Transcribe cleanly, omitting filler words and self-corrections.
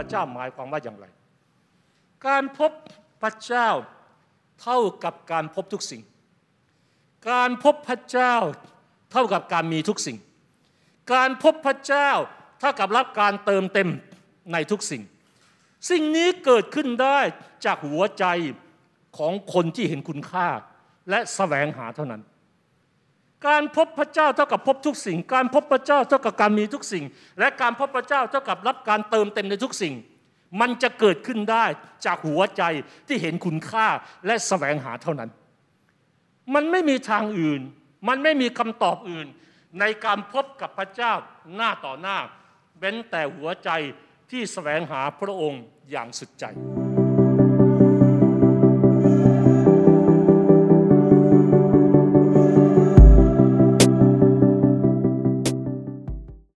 ระเจ้าหมายความว่าอย่างไรการพบพระเจ้าเท่ากับการพบทุกสิ่งการพบพระเจ้าเท่ากับการมีทุกสิ่งการพบพระเจ้าเท่ากับรับการเติมเต็มในทุกสิ่งสิ่งนี้เกิดขึ้นได้จากหัวใจของคนที่เห็นคุณค่าและแสวงหาเท่านั้นการพบพระเจ้าเท่ากับพบทุกสิ่งการพบพระเจ้าเท่ากับการมีทุกสิ่งและการพบพระเจ้าเท่ากับรับการเติมเต็มในทุกสิ่งมันจะเกิดขึ้นได้จากหัวใจที่เห็นคุณค่าและแสวงหาเท่านั้นมันไม่มีทางอื่นมันไม่มีคำตอบอื่นในการพบกับพระเจ้าหน้าต่อหน้าเว้นแต่หัวใจที่แสวงหาพระองค์อย่างสุดใจ